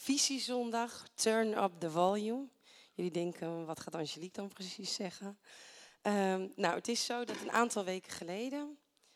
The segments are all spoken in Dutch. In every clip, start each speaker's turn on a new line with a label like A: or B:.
A: Visiezondag, turn up the volume. Jullie denken, wat gaat Angelique dan precies zeggen? Nou, het is zo dat een aantal weken geleden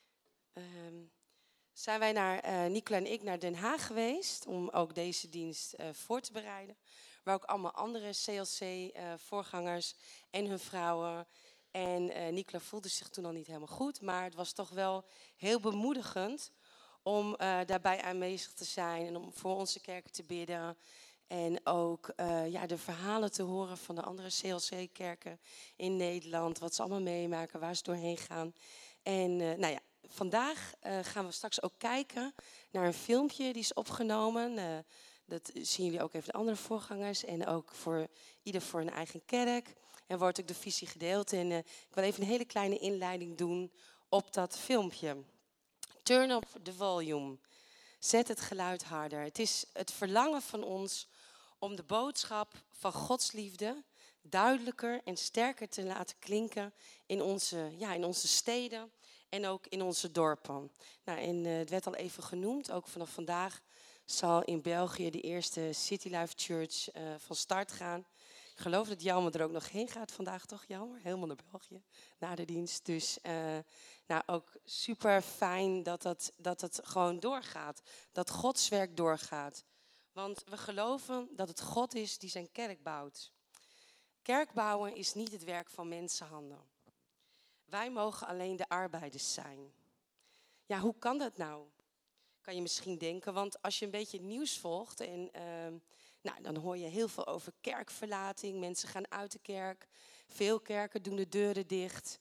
A: zijn wij Nicola en ik naar Den Haag geweest om ook deze dienst voor te bereiden. Waar ook allemaal andere CLC-voorgangers en hun vrouwen. En Nicola voelde zich toen al niet helemaal goed, maar het was toch wel heel bemoedigend om daarbij aanwezig te zijn en om voor onze kerken te bidden. En ook de verhalen te horen van de andere CLC-kerken in Nederland. Wat ze allemaal meemaken, waar ze doorheen gaan. En vandaag gaan we straks ook kijken naar een filmpje die is opgenomen. Dat zien jullie ook even de andere voorgangers. En ook voor ieder voor een eigen kerk. En wordt ook de visie gedeeld. En ik wil even een hele kleine inleiding doen op dat filmpje. Turn up the volume. Zet het geluid harder. Het is het verlangen van ons om de boodschap van Gods liefde duidelijker en sterker te laten klinken in onze steden en ook in onze dorpen. Nou, en het werd al even genoemd, ook vanaf vandaag zal in België de eerste City Life Church van start gaan. Ik geloof dat Jelmer er ook nog heen gaat vandaag, toch Jelmer? Helemaal naar België, na de dienst. Dus ook super fijn dat het gewoon doorgaat. Dat Gods werk doorgaat. Want we geloven dat het God is die zijn kerk bouwt. Kerk bouwen is niet het werk van mensenhanden. Wij mogen alleen de arbeiders zijn. Ja, hoe kan dat nou? Kan je misschien denken, want als je een beetje het nieuws volgt en dan hoor je heel veel over kerkverlating. Mensen gaan uit de kerk. Veel kerken doen de deuren dicht.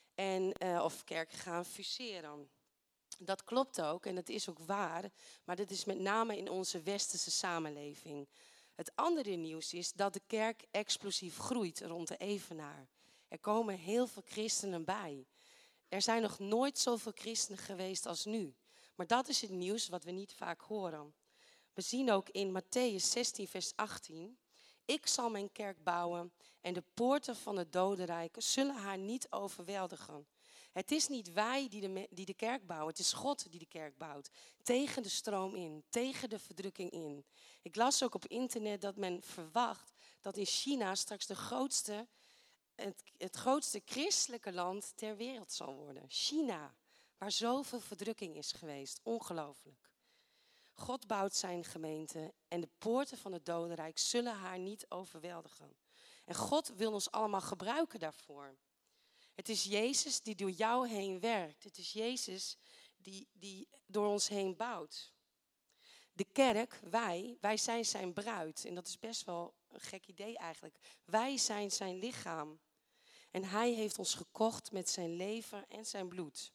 A: Of kerken gaan fuseren. Dat klopt ook en dat is ook waar. Maar dat is met name in onze westerse samenleving. Het andere nieuws is dat de kerk explosief groeit rond de Evenaar. Er komen heel veel christenen bij. Er zijn nog nooit zoveel christenen geweest als nu. Maar dat is het nieuws wat we niet vaak horen. We zien ook in Mattheüs 16 vers 18. Ik zal mijn kerk bouwen en de poorten van het dodenrijk zullen haar niet overweldigen. Het is niet wij die de kerk bouwen, het is God die de kerk bouwt. Tegen de stroom in, tegen de verdrukking in. Ik las ook op internet dat men verwacht dat in China straks het grootste christelijke land ter wereld zal worden. China, waar zoveel verdrukking is geweest. Ongelooflijk. God bouwt zijn gemeente en de poorten van het dodenrijk zullen haar niet overweldigen. En God wil ons allemaal gebruiken daarvoor. Het is Jezus die door jou heen werkt. Het is Jezus die door ons heen bouwt. De kerk, wij zijn zijn bruid. En dat is best wel een gek idee eigenlijk. Wij zijn zijn lichaam. En hij heeft ons gekocht met zijn leven en zijn bloed.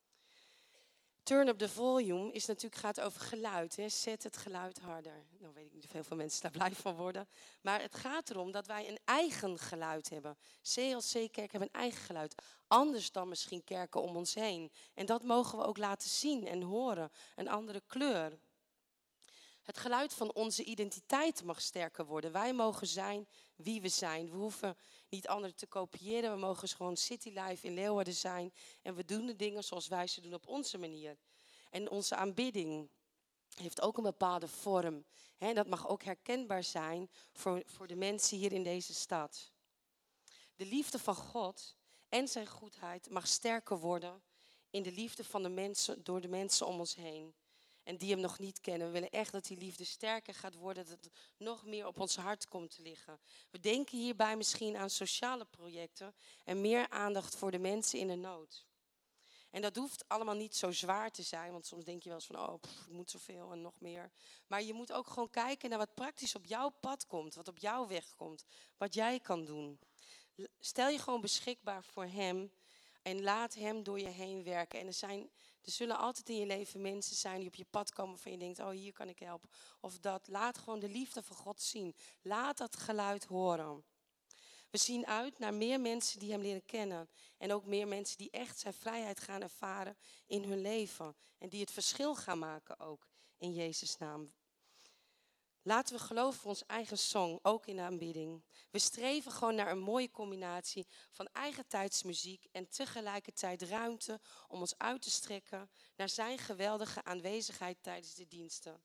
A: Turn up the volume gaat over geluid. Hè? Zet het geluid harder. Nou weet ik niet of heel veel mensen daar blij van worden. Maar het gaat erom dat wij een eigen geluid hebben. CLC-kerken hebben een eigen geluid. Anders dan misschien kerken om ons heen. En dat mogen we ook laten zien en horen. Een andere kleur. Het geluid van onze identiteit mag sterker worden. Wij mogen zijn wie we zijn. We hoeven niet anderen te kopiëren. We mogen gewoon City Life in Leeuwarden zijn. En we doen de dingen zoals wij ze doen op onze manier. En onze aanbidding heeft ook een bepaalde vorm. Dat mag ook herkenbaar zijn voor de mensen hier in deze stad. De liefde van God en zijn goedheid mag sterker worden in de liefde van de mensen, door de mensen om ons heen. En die hem nog niet kennen. We willen echt dat die liefde sterker gaat worden. Dat het nog meer op ons hart komt te liggen. We denken hierbij misschien aan sociale projecten. En meer aandacht voor de mensen in de nood. En dat hoeft allemaal niet zo zwaar te zijn. Want soms denk je wel eens van, ik moet zoveel en nog meer. Maar je moet ook gewoon kijken naar wat praktisch op jouw pad komt. Wat op jouw weg komt. Wat jij kan doen. Stel je gewoon beschikbaar voor hem. En laat hem door je heen werken. En er zullen altijd in je leven mensen zijn die op je pad komen van je denkt, hier kan ik helpen. Of dat. Laat gewoon de liefde van God zien. Laat dat geluid horen. We zien uit naar meer mensen die hem leren kennen. En ook meer mensen die echt zijn vrijheid gaan ervaren in hun leven. En die het verschil gaan maken ook in Jezus' naam. Laten we geloven voor ons eigen song, ook in de aanbidding. We streven gewoon naar een mooie combinatie van eigen tijdsmuziek en tegelijkertijd ruimte om ons uit te strekken naar zijn geweldige aanwezigheid tijdens de diensten.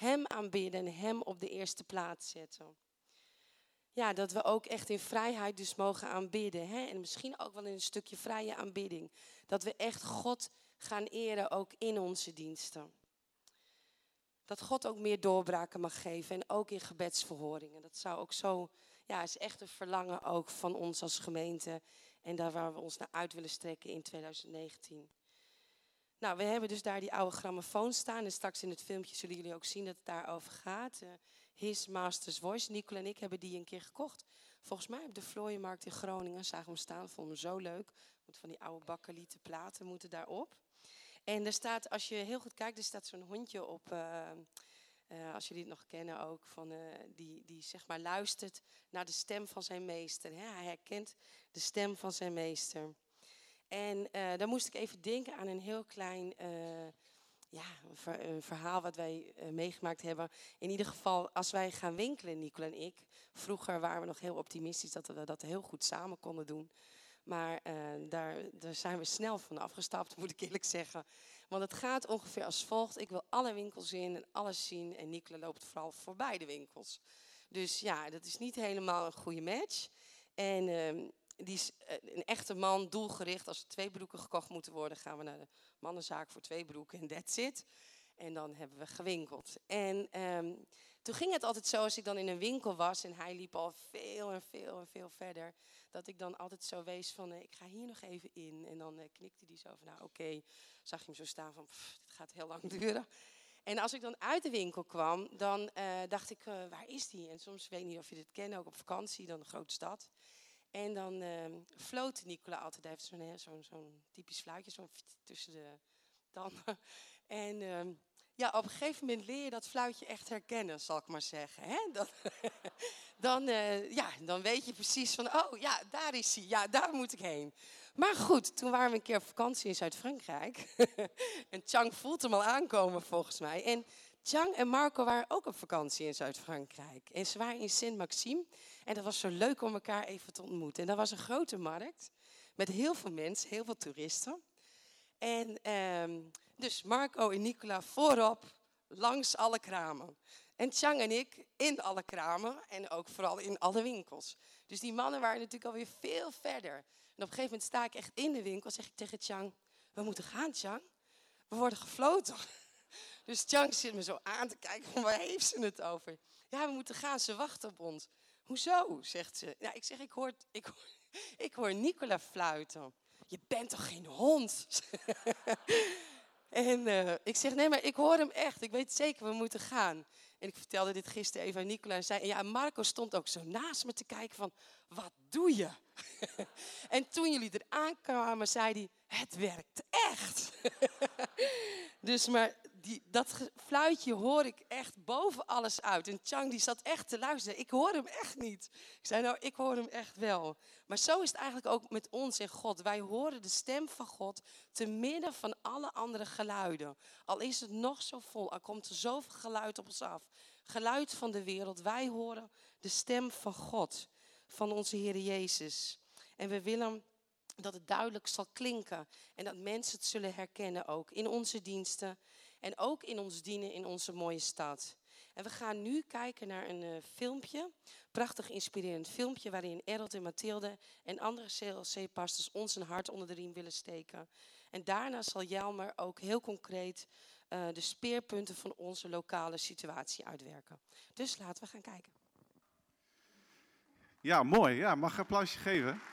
A: Hem aanbidden en Hem op de eerste plaats zetten. Ja, dat we ook echt in vrijheid dus mogen aanbidden. Hè? En misschien ook wel in een stukje vrije aanbidding. Dat we echt God gaan eren ook in onze diensten. Dat God ook meer doorbraken mag geven en ook in gebedsverhoringen. Dat zou ook zo, ja, is echt een verlangen ook van ons als gemeente. En daar waar we ons naar uit willen strekken in 2019. Nou, we hebben dus daar die oude grammofoon staan. En straks in het filmpje zullen jullie ook zien dat het daarover gaat. His Master's Voice. Nicole en ik hebben die een keer gekocht. Volgens mij op de Vlooienmarkt in Groningen. Zagen we hem staan, vonden we zo leuk. Want van die oude bakkelieten platen moeten daarop. En er staat, als je heel goed kijkt, er staat zo'n hondje op. Als jullie het nog kennen ook. Die zeg maar luistert naar de stem van zijn meester. Hè? Hij herkent de stem van zijn meester. En dan moest ik even denken aan een heel klein een verhaal wat wij meegemaakt hebben. In ieder geval, als wij gaan winkelen, Nicole en ik. Vroeger waren we nog heel optimistisch dat we dat heel goed samen konden doen. Maar daar zijn we snel van afgestapt, moet ik eerlijk zeggen. Want het gaat ongeveer als volgt. Ik wil alle winkels in en alles zien. En Nicole loopt vooral voorbij de winkels. Dus ja, dat is niet helemaal een goede match. En die is een echte man, doelgericht. Als er 2 broeken gekocht moeten worden, gaan we naar de mannenzaak voor 2 broeken en that's it. En dan hebben we gewinkeld. En toen ging het altijd zo, als ik dan in een winkel was en hij liep al veel verder, dat ik dan altijd zo wees van, ik ga hier nog even in. En dan knikte hij zo van, nou oké. Zag je hem zo staan van, dit gaat heel lang duren. En als ik dan uit de winkel kwam, dan dacht ik, waar is die? En soms, weet ik niet of je dit kent, ook op vakantie, dan een grote stad. En dan floot Nicola altijd, hij heeft zo'n typisch fluitje, zo'n tussen de tanden. En ja, op een gegeven moment leer je dat fluitje echt herkennen, zal ik maar zeggen. Hè? Dan weet je precies van, oh ja, daar is hij, ja, daar moet ik heen. Maar goed, toen waren we een keer op vakantie in Zuid-Frankrijk. En Chang voelt hem al aankomen volgens mij. En Chang en Marco waren ook op vakantie in Zuid-Frankrijk. En ze waren in Saint-Maxime. En dat was zo leuk om elkaar even te ontmoeten. En dat was een grote markt met heel veel mensen, heel veel toeristen. En dus Marco en Nicola voorop langs alle kramen. En Chang en ik in alle kramen en ook vooral in alle winkels. Dus die mannen waren natuurlijk alweer veel verder. En op een gegeven moment sta ik echt in de winkel, zeg ik tegen Chang, we moeten gaan, Chang. We worden gefloten. Dus Chang zit me zo aan te kijken, van waar heeft ze het over? Ja, we moeten gaan, ze wachten op ons. Hoezo, zegt ze. Ja, ik zeg, ik hoor Nicola fluiten. Je bent toch geen hond? En ik zeg, nee, maar ik hoor hem echt. Ik weet zeker, we moeten gaan. En ik vertelde dit gisteren even aan Nicola en zei, ja, Marco stond ook zo naast me te kijken van, wat doe je? En toen jullie eraan kwamen, zei hij, het werkt echt. Dus maar dat fluitje hoor ik echt boven alles uit. En Chang die zat echt te luisteren. Ik hoor hem echt niet. Ik zei, nou, ik hoor hem echt wel. Maar zo is het eigenlijk ook met ons en God. Wij horen de stem van God te midden van alle andere geluiden. Al is het nog zo vol, al komt er zoveel geluid op ons af. Geluid van de wereld. Wij horen de stem van God, van onze Heer Jezus. En we willen dat het duidelijk zal klinken. En dat mensen het zullen herkennen ook. In onze diensten. En ook in ons dienen in onze mooie stad. En we gaan nu kijken naar een filmpje. Prachtig inspirerend filmpje. Waarin Errol en Mathilde en andere CLC-pastors ons een hart onder de riem willen steken. En daarna zal Jelmer ook heel concreet de speerpunten van onze lokale situatie uitwerken. Dus laten we gaan kijken.
B: Ja, mooi. Ja, mag ik een applausje geven?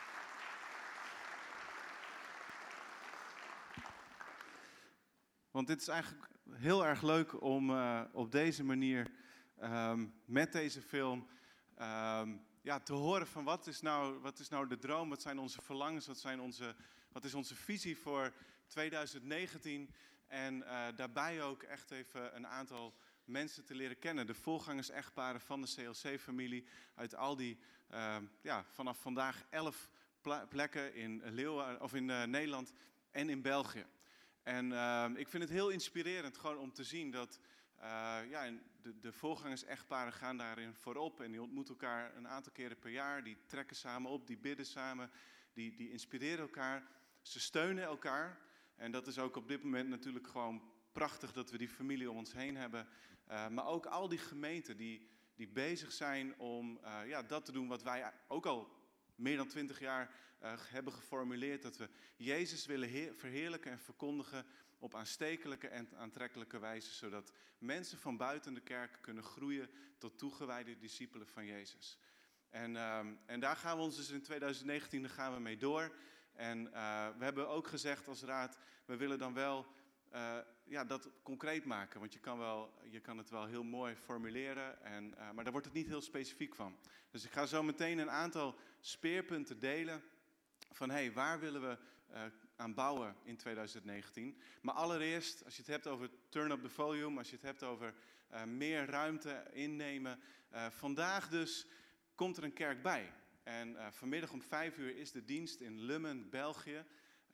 B: Want dit is eigenlijk heel erg leuk om op deze manier met deze film te horen van wat is nou de droom, wat zijn onze verlangens, wat is onze visie voor 2019 en daarbij ook echt even een aantal mensen te leren kennen. De voorgangers-echtparen van de CLC-familie uit al die, vanaf vandaag 11 plekken in Nederland en in België. En ik vind het heel inspirerend gewoon om te zien dat de voorgangers-echtparen gaan daarin voorop. En die ontmoeten elkaar een aantal keren per jaar. Die trekken samen op, die bidden samen, die inspireren elkaar. Ze steunen elkaar. En dat is ook op dit moment natuurlijk gewoon prachtig dat we die familie om ons heen hebben. Maar ook al die gemeenten die bezig zijn om dat te doen wat wij ook al meer dan 20 jaar hebben geformuleerd. Dat we Jezus willen verheerlijken en verkondigen op aanstekelijke en aantrekkelijke wijze. Zodat mensen van buiten de kerk kunnen groeien tot toegewijde discipelen van Jezus. En daar gaan we ons dus in 2019 gaan we mee door. En we hebben ook gezegd als raad, we willen dan wel dat concreet maken. Want je kan het wel heel mooi formuleren, maar daar wordt het niet heel specifiek van. Dus ik ga zo meteen een aantal speerpunten delen van waar willen we aan bouwen in 2019. Maar allereerst, als je het hebt over turn up the volume, als je het hebt over meer ruimte innemen. Vandaag dus komt er een kerk bij. En vanmiddag om 5 uur is de dienst in Lummen, België.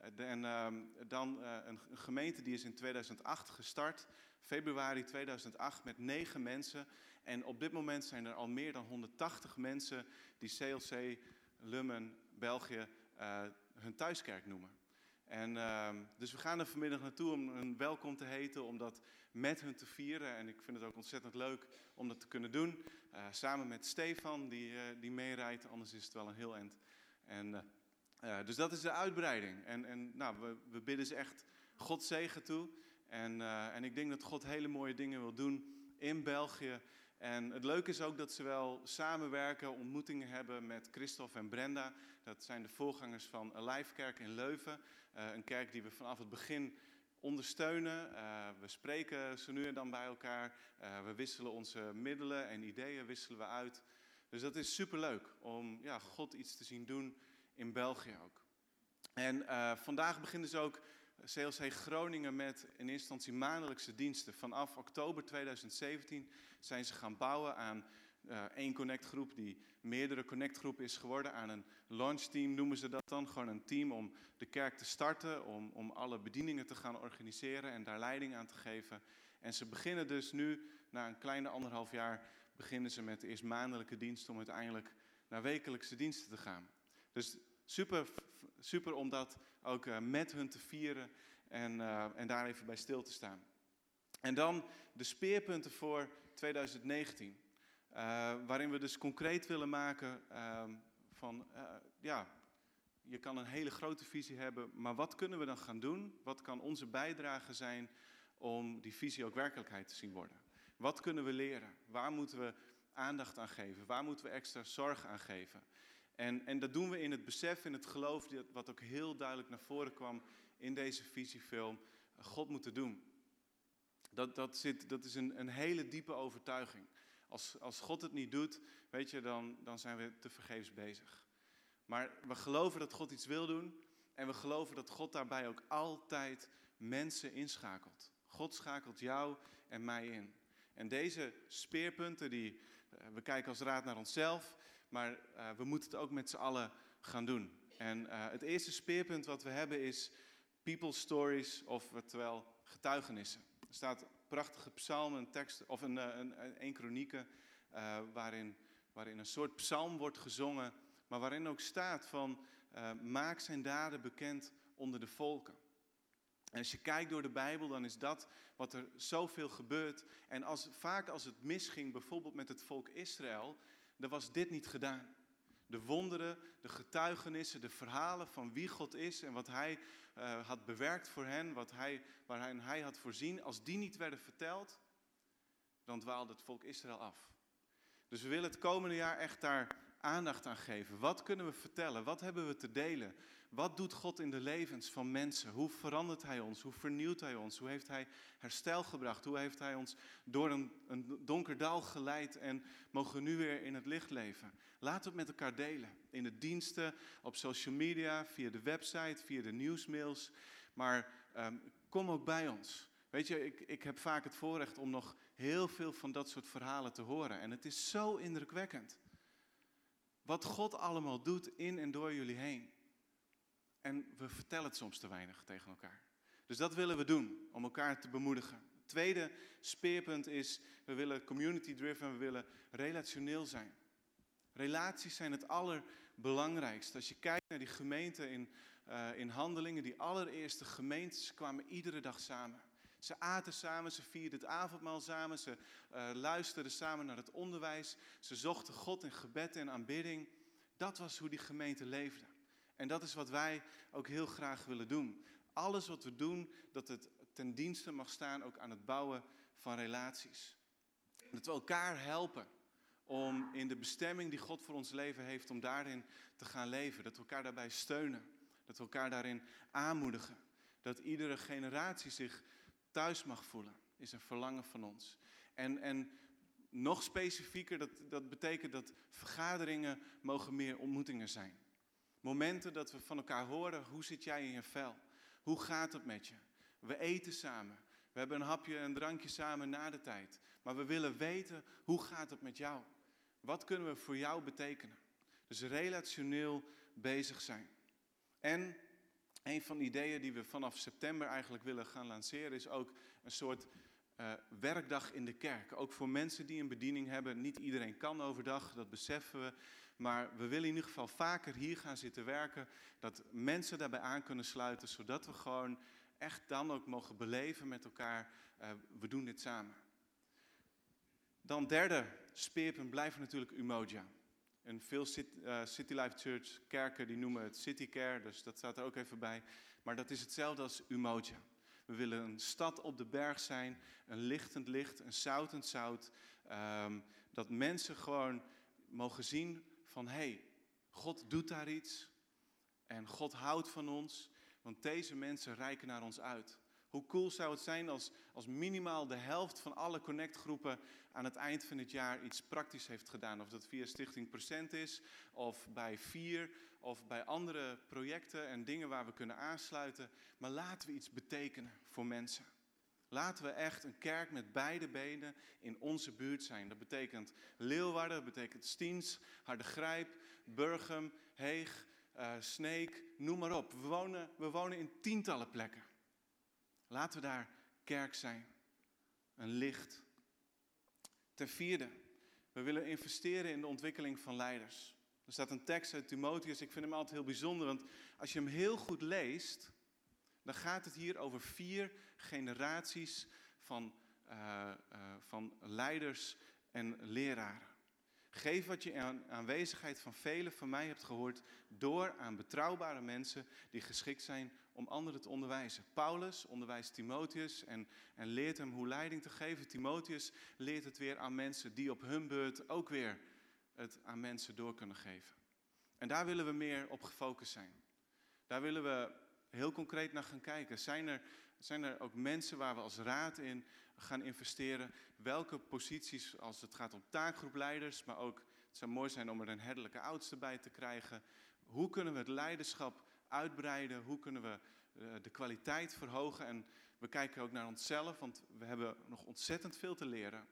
B: Dan een gemeente die is in 2008 gestart. Februari 2008 met 9 mensen. En op dit moment zijn er al meer dan 180 mensen die CLC Lummen, België, hun thuiskerk noemen. Dus we gaan er vanmiddag naartoe om een welkom te heten, om dat met hun te vieren. En ik vind het ook ontzettend leuk om dat te kunnen doen. Samen met Stefan, die meerijdt, anders is het wel een heel eind. Dus dat is de uitbreiding. We bidden ze echt God zegen toe. En ik denk dat God hele mooie dingen wil doen in België. En het leuke is ook dat ze wel samenwerken, ontmoetingen hebben met Christophe en Brenda. Dat zijn de voorgangers van Alive Kerk in Leuven. Een kerk die we vanaf het begin ondersteunen. We spreken zo nu en dan bij elkaar. We wisselen onze middelen en ideeën wisselen we uit. Dus dat is superleuk om God iets te zien doen in België ook. En vandaag beginnen ze ook CLC Groningen met in eerste instantie maandelijkse diensten. Vanaf oktober 2017 zijn ze gaan bouwen aan één connectgroep die meerdere connectgroepen is geworden. Aan een launchteam noemen ze dat dan. Gewoon een team om de kerk te starten, om alle bedieningen te gaan organiseren en daar leiding aan te geven. En ze beginnen dus nu, na een kleine 1,5 jaar, beginnen ze met eerst maandelijke diensten om uiteindelijk naar wekelijkse diensten te gaan. Dus super om dat ook met hun te vieren en daar even bij stil te staan. En dan de speerpunten voor 2019. Waarin we dus concreet willen maken je kan een hele grote visie hebben, maar wat kunnen we dan gaan doen? Wat kan onze bijdrage zijn om die visie ook werkelijkheid te zien worden? Wat kunnen we leren? Waar moeten we aandacht aan geven? Waar moeten we extra zorg aan geven? En dat doen we in het besef, in het geloof, wat ook heel duidelijk naar voren kwam in deze visiefilm. God moet het doen. Dat is een hele diepe overtuiging. Als God het niet doet, weet je, dan zijn we te vergeefs bezig. Maar we geloven dat God iets wil doen. En we geloven dat God daarbij ook altijd mensen inschakelt. God schakelt jou en mij in. En deze speerpunten, we kijken als raad naar onszelf. Maar we moeten het ook met z'n allen gaan doen. En het eerste speerpunt wat we hebben is people stories, oftewel getuigenissen. Er staat een prachtige psalm, een tekst, of een kronieken, waarin een soort psalm wordt gezongen. Maar waarin ook staat van, maak zijn daden bekend onder de volken. En als je kijkt door de Bijbel, dan is dat wat er zoveel gebeurt. En vaak als het misging, bijvoorbeeld met het volk Israël, dan was dit niet gedaan. De wonderen, de getuigenissen, de verhalen van wie God is en wat hij had bewerkt voor hen, waar hij had voorzien. Als die niet werden verteld, dan dwaalde het volk Israël af. Dus we willen het komende jaar echt daar aandacht aan geven. Wat kunnen we vertellen? Wat hebben we te delen? Wat doet God in de levens van mensen? Hoe verandert hij ons? Hoe vernieuwt hij ons? Hoe heeft hij herstel gebracht? Hoe heeft hij ons door een donker dal geleid en mogen we nu weer in het licht leven? Laten we het met elkaar delen. In de diensten, op social media, via de website, via de nieuwsmails. Maar kom ook bij ons. Weet je, ik heb vaak het voorrecht om nog heel veel van dat soort verhalen te horen. En het is zo indrukwekkend. Wat God allemaal doet in en door jullie heen. En we vertellen het soms te weinig tegen elkaar. Dus dat willen we doen, om elkaar te bemoedigen. Het tweede speerpunt is, we willen community-driven, we willen relationeel zijn. Relaties zijn het allerbelangrijkste. Als je kijkt naar die gemeenten in Handelingen, die allereerste gemeentes kwamen iedere dag samen. Ze aten samen, ze vierden het avondmaal samen, ze luisterden samen naar het onderwijs. Ze zochten God in gebed en aanbidding. Dat was hoe die gemeente leefde. En dat is wat wij ook heel graag willen doen. Alles wat we doen, dat het ten dienste mag staan ook aan het bouwen van relaties. Dat we elkaar helpen om in de bestemming die God voor ons leven heeft, om daarin te gaan leven. Dat we elkaar daarbij steunen. Dat we elkaar daarin aanmoedigen. Dat iedere generatie zich thuis mag voelen, is een verlangen van ons. En nog specifieker, dat betekent dat vergaderingen mogen meer ontmoetingen zijn. Momenten dat we van elkaar horen, hoe zit jij in je vel? Hoe gaat het met je? We eten samen. We hebben een hapje en een drankje samen na de tijd. Maar we willen weten, hoe gaat het met jou? Wat kunnen we voor jou betekenen? Dus relationeel bezig zijn. En een van de ideeën die we vanaf september eigenlijk willen gaan lanceren is ook een soort werkdag in de kerk. Ook voor mensen die een bediening hebben. Niet iedereen kan overdag, dat beseffen we. Maar we willen in ieder geval vaker hier gaan zitten werken. Dat mensen daarbij aan kunnen sluiten. Zodat we gewoon echt dan ook mogen beleven met elkaar. We doen dit samen. Dan derde speerpunt blijft natuurlijk Umoja. En veel City Life Church kerken die noemen het City Care. Dus dat staat er ook even bij. Maar dat is hetzelfde als Umoja. We willen een stad op de berg zijn. Een lichtend licht, een zoutend zout. Dat mensen gewoon mogen zien van hey, God doet daar iets. En God houdt van ons. Want deze mensen reiken naar ons uit. Hoe cool zou het zijn als minimaal de helft van alle connectgroepen aan het eind van het jaar iets praktisch heeft gedaan. Of dat via Stichting Percent is, of bij 4, of bij andere projecten en dingen waar we kunnen aansluiten. Maar laten we iets betekenen voor mensen. Laten we echt een kerk met beide benen in onze buurt zijn. Dat betekent Leeuwarden, dat betekent Stiens, Hardergrijp, Burgum, Heeg, Sneek, noem maar op. We wonen in tientallen plekken. Laten we daar kerk zijn. Een licht. Ten vierde, we willen investeren in de ontwikkeling van leiders. Er staat een tekst uit Timotheus, ik vind hem altijd heel bijzonder, want als je hem heel goed leest, dan gaat het hier over 4 generaties van leiders en leraren. Geef wat je in aanwezigheid van velen van mij hebt gehoord, door aan betrouwbare mensen die geschikt zijn om anderen te onderwijzen. Paulus onderwijst Timotheus en leert hem hoe leiding te geven. Timotheus leert het weer aan mensen die op hun beurt ook weer het aan mensen door kunnen geven. En daar willen we meer op gefocust zijn. Daar willen we heel concreet naar gaan kijken. Zijn er ook mensen waar we als raad in gaan investeren? Welke posities, als het gaat om taakgroepleiders, maar ook, het zou mooi zijn om er een herderlijke oudste bij te krijgen. Hoe kunnen we het leiderschap uitbreiden? Hoe kunnen we de kwaliteit verhogen? En we kijken ook naar onszelf, want we hebben nog ontzettend veel te leren.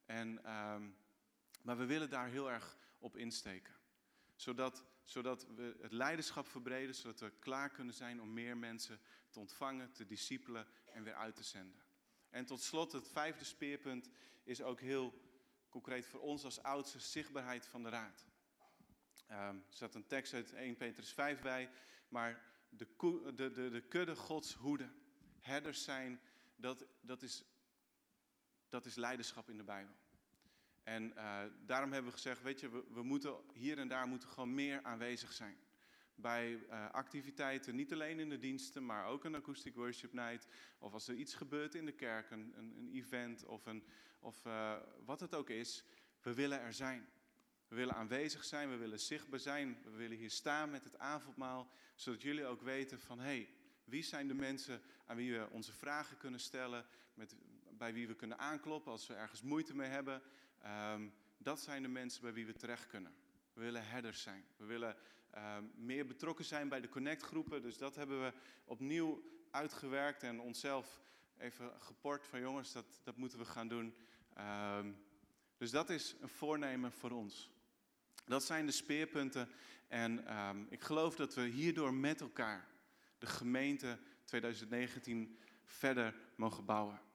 B: Maar we willen daar heel erg op insteken. Zodat we het leiderschap verbreden, zodat we klaar kunnen zijn om meer mensen te ontvangen, te discipelen en weer uit te zenden. En tot slot, het 5e speerpunt is ook heel concreet voor ons als oudste, zichtbaarheid van de raad. Er staat een tekst uit 1 Petrus 5 bij, maar de kudde Gods hoede, herders zijn, dat is leiderschap in de Bijbel. En daarom hebben we gezegd, weet je, we moeten hier en daar gewoon meer aanwezig zijn. Bij activiteiten, niet alleen in de diensten, maar ook een acoustic worship night. Of als er iets gebeurt in de kerk, een event of wat het ook is. We willen er zijn. We willen aanwezig zijn, we willen zichtbaar zijn. We willen hier staan met het avondmaal. Zodat jullie ook weten van, hey, wie zijn de mensen aan wie we onze vragen kunnen stellen. Bij wie we kunnen aankloppen als we ergens moeite mee hebben. Dat zijn de mensen bij wie we terecht kunnen. We willen herders zijn. We willen meer betrokken zijn bij de connectgroepen. Dus dat hebben we opnieuw uitgewerkt en onszelf even geport van jongens, dat moeten we gaan doen. Dus dat is een voornemen voor ons. Dat zijn de speerpunten. En ik geloof dat we hierdoor met elkaar de gemeente 2019 verder mogen bouwen.